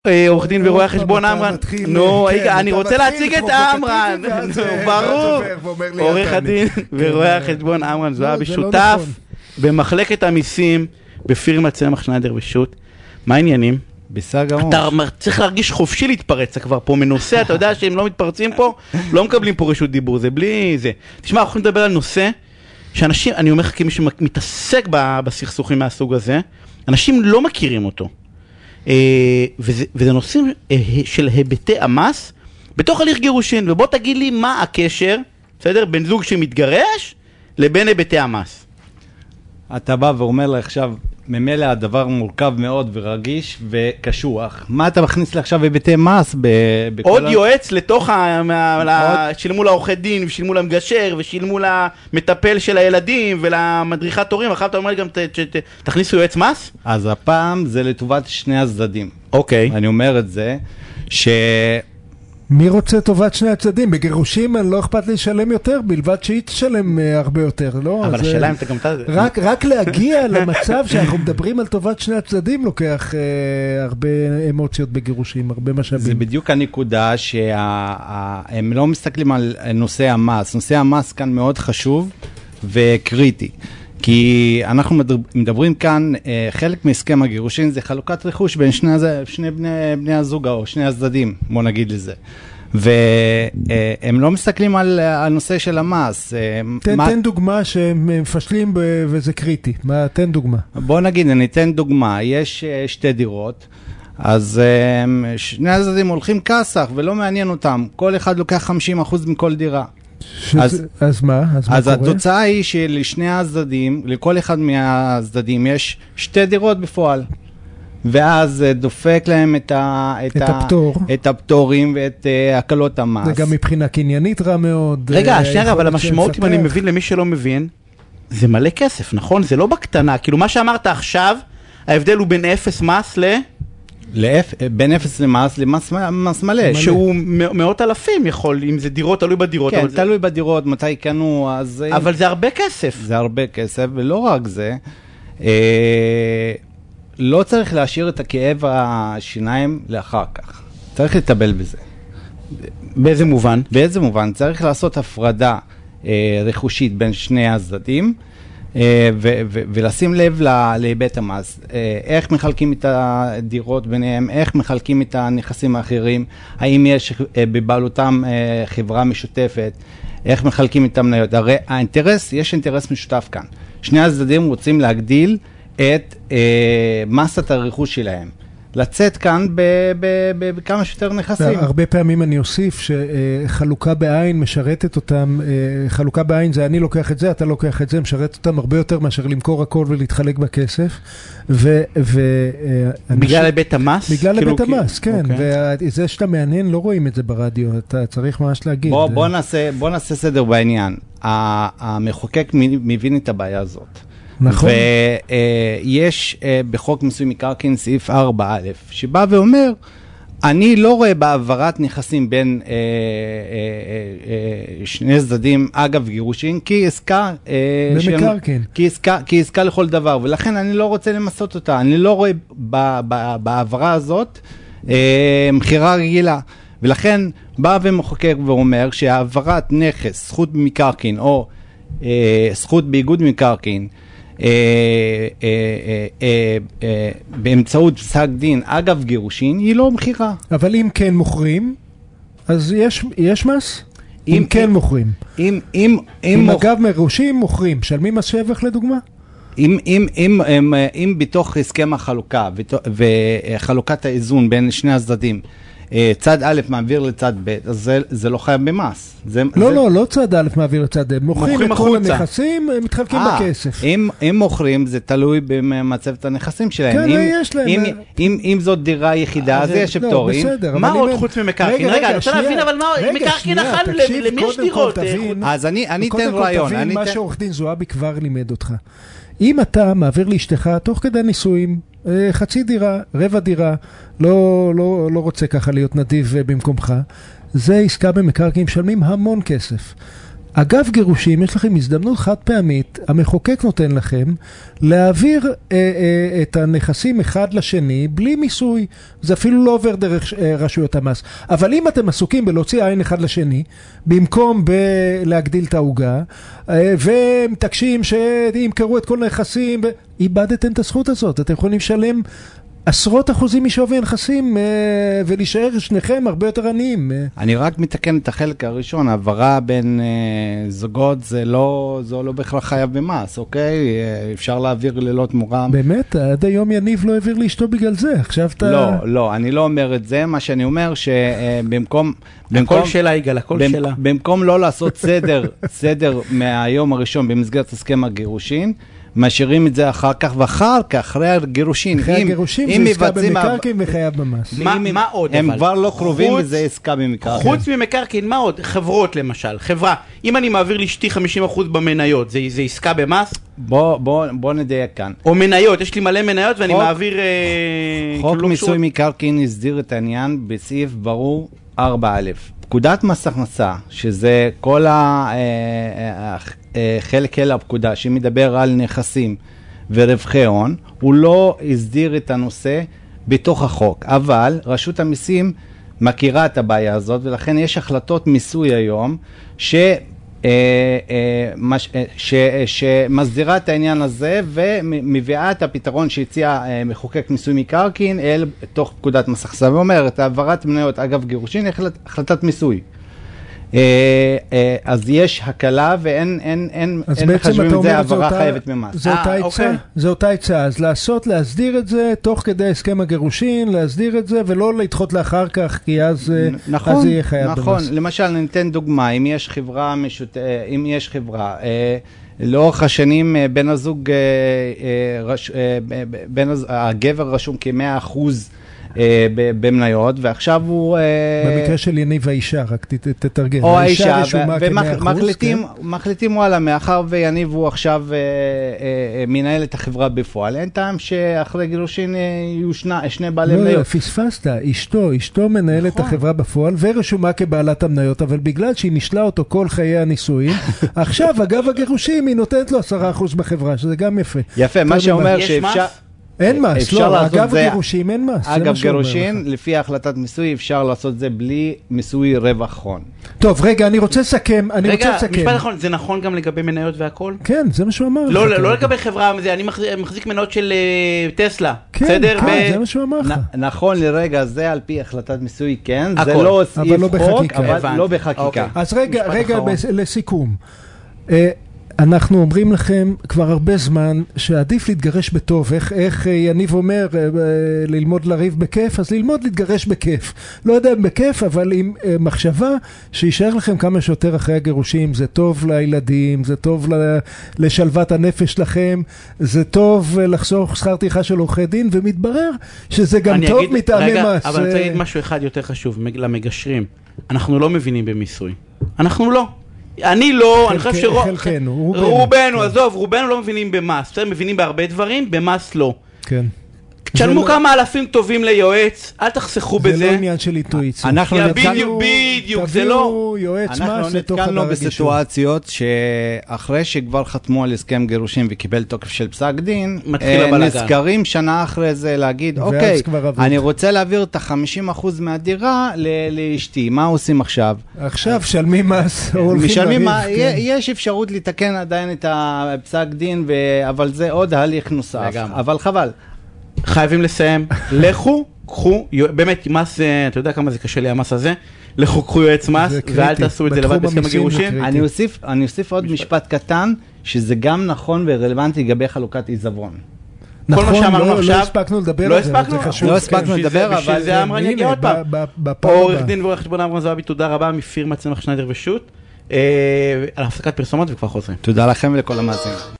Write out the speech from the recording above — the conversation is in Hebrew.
עורך דין ורואה חשבון אמרן. נו, אני רוצה להציג את אמרן. ברור. עורך הדין ורואה חשבון אמרן זועבי, שותף במחלקת המיסים בפירמת צמח שניידר ושות'. מה העניינים? בסדר גמור. אתה צריך להרגיש חופשי להתפרץ כבר פה מנושא, אתה יודע שהם לא מתפרצים פה, לא מקבלים פה רשות דיבור, זה בלי זה. תשמע, אנחנו יכולים לדבר על נושא שאנשים, אני אומר לך כמי שמתעסק בסכסוכים מהסוג הזה, אנשים לא מכירים אותו. וזה נושאים של היבטי המס בתוך הליך גירושין, ובוא תגיד לי מה הקשר, בסדר, בין זוג שמתגרש לבין היבטי המס. אתה בא ואומר לי עכשיו, ממילא הדבר מורכב מאוד ורגיש וקשוח. מה אתה מכניס לי עכשיו היבטי מס? עוד יועץ לתוך, שילמו לעורכי דין, ושילמו למגשר, ושילמו למטפל של הילדים, ולמדריכת הורים, אחר אתה אומר גם, תכניסו יועץ מס? אז הפעם זה לטובת שני הצדדים. אוקיי. אני אומר את זה, מי רוצה טובת שני הצדדים? בגירושים לא אכפת לי לשלם יותר, בלבד שהיא תשלם הרבה יותר, לא? אבל השאלה אם אתה גם... רק להגיע למצב שאנחנו מדברים על טובת שני הצדדים, לוקח הרבה אמוציות בגירושים, הרבה משאבים. זה בדיוק הנקודה שהם לא מסתכלים על נושא המס. נושא המס כאן מאוד חשוב וקריטי. כי אנחנו מדברים כאן, חלק מהסכם הגירושין זה חלוקת רכוש בין שני בני הזוג או שני הצדדים, בוא נגיד לזה. והם לא מסתכלים על הנושא של המס. תן דוגמה שהם מפשלים וזה קריטי. תן דוגמה. בוא נגיד, אני אתן דוגמה. יש שתי דירות, אז שני הצדדים הולכים כסח ולא מעניין אותם. כל אחד לוקח 50% מכל דירה. אז מה? אז התוצאה היא שלשני הצדדים, לכל אחד מהצדדים יש שתי דירות בפועל. ואז דופק להם את הפטורים ואת הקלות המס. זה גם מבחינה קניינית רע מאוד. רגע, שנייה, אבל המשמעות, אם אני מבין למי שלא מבין, זה מלא כסף, נכון? זה לא בקטנה. כאילו מה שאמרת עכשיו, ההבדל הוא בין אפס מס בין אפס למס מלא. שהוא מאות אלפים יכול, אם זה דירות, תלוי בדירות. כן, תלוי בדירות, מתי קנו, אז... אבל זה הרבה כסף. זה הרבה כסף, ולא רק זה. לא צריך להשאיר את הכאב השיניים לאחר כך. צריך לטפל בזה. באיזה מובן? באיזה מובן? צריך לעשות הפרדה רכושית בין שני הצדדים, ולשים לב להיבט המס. איך מחלקים את הדירות ביניהם, איך מחלקים את הנכסים האחרים, האם יש בבעלותם חברה משותפת, איך מחלקים את המניות. הרי יש אינטרס משותף כאן. שני הצדדים רוצים להגדיל את מסת הרכוש שלהם. לצאת כאן בכמה שיותר נכסים. הרבה פעמים אני אוסיף שחלוקה בעין משרתת אותם, חלוקה בעין זה אני לוקח את זה, אתה לוקח את זה, משרת אותם הרבה יותר מאשר למכור הכל ולהתחלק בכסף. בגלל היבט המס? בגלל היבט המס, כן. וזה שאתה מעניין, לא רואים את זה ברדיו, אתה צריך ממש להגיד. בוא נעשה סדר בעניין. המחוקק מבין את הבעיה הזאת. נכון. ויש בחוק מיסוי מקרקעין סעיף 4א, שבא ואומר, אני לא רואה בעברת נכסים בין שני צדדים, אגב גירושין, כי עסקה, במקרקעין. כי עסקה לכל דבר, ולכן אני לא רוצה למסות אותה, אני לא רואה בעברה הזאת מחירה רגילה. ולכן בא ומחוקק ואומר שהעברת נכס, זכות במקרקעין, או זכות באיגוד מקרקעין, באמצעות פסק דין אגב גירושין, היא לא מחירה. אבל אם כן מוכרים, אז יש מס? אם כן מוכרים. אם אגב מרושים מוכרים, שלמים מס שבח לדוגמה? אם בתוך הסכם החלוקה וחלוקת האיזון בין שני הצדדים, צד א' מעביר לצד ב', אז זה לא חייב במס. לא צד א' מעביר לצד ב', מוכרים את כל הנכסים, מתחלקים בכסף. אם מוכרים, זה תלוי במצבת הנכסים שלהם. כן, יש להם. אם זאת דירה יחידה, אז יש פטורים. מה עוד חוץ ממקרקעין? רגע, אני רוצה להבין, אבל מה מקרקעין אחת, למי יש דירות? אז אני אתן רעיון. תבין מה שעורך דין זועבי כבר לימד אותך. אם אתה מעביר לאשתך תוך כדי נישואים, חצי דירה, רבע דירה, לא רוצה ככה להיות נדיב במקומך, זה עסקה במקרקעין, משלמים המון כסף. אגב גירושים, יש לכם הזדמנות חד פעמית, המחוקק נותן לכם להעביר את הנכסים אחד לשני בלי מיסוי. זה אפילו לא עובר דרך רשויות המס. אבל אם אתם עסוקים בלהוציא עין אחד לשני, במקום להגדיל את העוגה, ומתעקשים שימכרו את כל הנכסים, איבדתם את הזכות הזאת. אתם יכולים לשלם עשרות אחוזים משווי הנכסים ולהישאר שניכם הרבה יותר עניים. אני רק מתקן את החלק הראשון, העברה בין זוגות זה לא בכלל חייב במס, אוקיי? אפשר להעביר ללא תמורה. באמת? עד היום יניב לא העביר לאשתו בגלל זה, עכשיו אתה... לא, אני לא אומר את זה, מה שאני אומר שבמקום... הכל שלה יגאל, הכל שלה. במקום לא לעשות סדר מהיום הראשון במסגרת הסכם הגירושין, משאירים את זה אחר כך, ואחר כך, אחרי הגירושין. אחרי הגירושין זה עסקה במקרקעין וחייב במס. מה עוד? הם כבר לא קרובים וזה עסקה במקרקעין. חוץ ממקרקעין, מה עוד? חברות למשל. חברה, אם אני מעביר לאשתי 50% במניות, זה עסקה במס? בוא נדייק כאן. או מניות, יש לי מלא מניות ואני מעביר... חוק מיסוי מקרקעין הסדיר את העניין בסעיף ברור 4א. פקודת מס הכנסה, שזה כל חלק אל הפקודה שמדבר על נכסים ורווחי הון, הוא לא הסדיר את הנושא בתוך החוק, אבל רשות המיסים מכירה את הבעיה הזאת, ולכן יש החלטות מיסוי היום שמסדירה את העניין הזה ומביאה את הפתרון שהציע מחוקק מיסוי מקרקעין אל תוך פקודת מס הכנסה, ואומרת העברת מניות אגב גירושין היא החלטת מיסוי. אז יש הקלה ואין מחשבים את זה העברה חייבת ממס. זה אותה הצעה, אז להסדיר את זה תוך כדי הסכם הגירושין, להסדיר את זה ולא לדחות לאחר כך, כי אז זה יהיה חייב במס. נכון, למשל ניתן דוגמה, אם יש חברה, לאורך השנים בין הזוג, הגבר רשום כ100% במניות, ועכשיו הוא... במקרה של יניב האישה, רק תתרגם. או האישה, ומחליטים וואלה, מאחר ויניב הוא עכשיו מנהל את החברה בפועל, אין טעם שאחרי גירושין יהיו שני בעלי מניות. לא, פספסת, אשתו מנהלת את החברה בפועל, ורשומה כבעלת המניות, אבל בגלל שהיא משלה אותו כל חיי הנישואים, עכשיו, אגב הגירושים, היא נותנת לו 10% בחברה, שזה גם יפה. יפה, מה שאומר שאפשר... אין מס, לא, אגב גירושים אין מס. אגב גירושין, לפי החלטת מיסוי, אפשר לעשות זה בלי מיסוי רווח הון. טוב, רגע, אני רוצה לסכם. רגע, משפט נכון, זה נכון גם לגבי מניות והכל? כן, זה מה שהוא אמר. לא לגבי חברה, אני מחזיק מניות של טסלה, בסדר? כן, זה מה שהוא אמר לך. נכון לרגע זה, על פי החלטת מיסוי, כן, זה לא סעיף חוק, אבל לא בחקיקה. אז רגע, לסיכום. אנחנו אומרים לכם כבר הרבה זמן שעדיף להתגרש בטוב. איך יניב אומר, ללמוד לריב בכיף, אז ללמוד להתגרש בכיף. לא יודע בכיף, אבל עם מחשבה שישאר לכם כמה שיותר אחרי הגירושים. זה טוב לילדים, זה טוב לשלוות הנפש לכם, זה טוב לחסוך שכר טרחה של עורכי דין, ומתברר שזה גם טוב מטעמי מס. אבל אני רוצה להגיד משהו אחד יותר חשוב למגשרים. אנחנו לא מבינים במיסוי. אנחנו לא. אני לא, אני חושב רובנו, עזוב, רובנו לא מבינים במס, מבינים בהרבה דברים, במס לא. כן. תשלמו כמה אלפים טובים ליועץ, אל תחסכו בזה. זה לא עניין של אינטואיציה. בדיוק, זה לא. אנחנו נתקלנו בסיטואציות שאחרי שכבר חתמו על הסכם גירושים וקיבל תוקף של פסק דין, נזכרים שנה אחרי זה להגיד, אוקיי, אני רוצה להעביר את 50% מהדירה לאשתי, מה עושים עכשיו? עכשיו שלמים מס. יש אפשרות לתקן עדיין את הפסק דין, אבל זה עוד הליך נוסף, אבל חבל. חייבים לסיים. לכו, קחו, באמת, מס, אתה יודע כמה זה קשה לי המס הזה? לכו, קחו יועץ מס, ואל תעשו את זה לבד בסכם הגירושים. אני אוסיף עוד משפט קטן, שזה גם נכון ורלוונטי לגבי חלוקת עיזבון. כל מה שאמרנו עכשיו, לא הספקנו לדבר על זה, לא הספקנו לדבר, אבל זה אמרן יגיע עוד פעם. עורך דין ועורך חשבון אמרן זועבי, תודה רבה מפירמת צמח שניידר ושות' על הפסקת פרסומות וכבר חוזרים. תודה לכם ולכל המאזינים.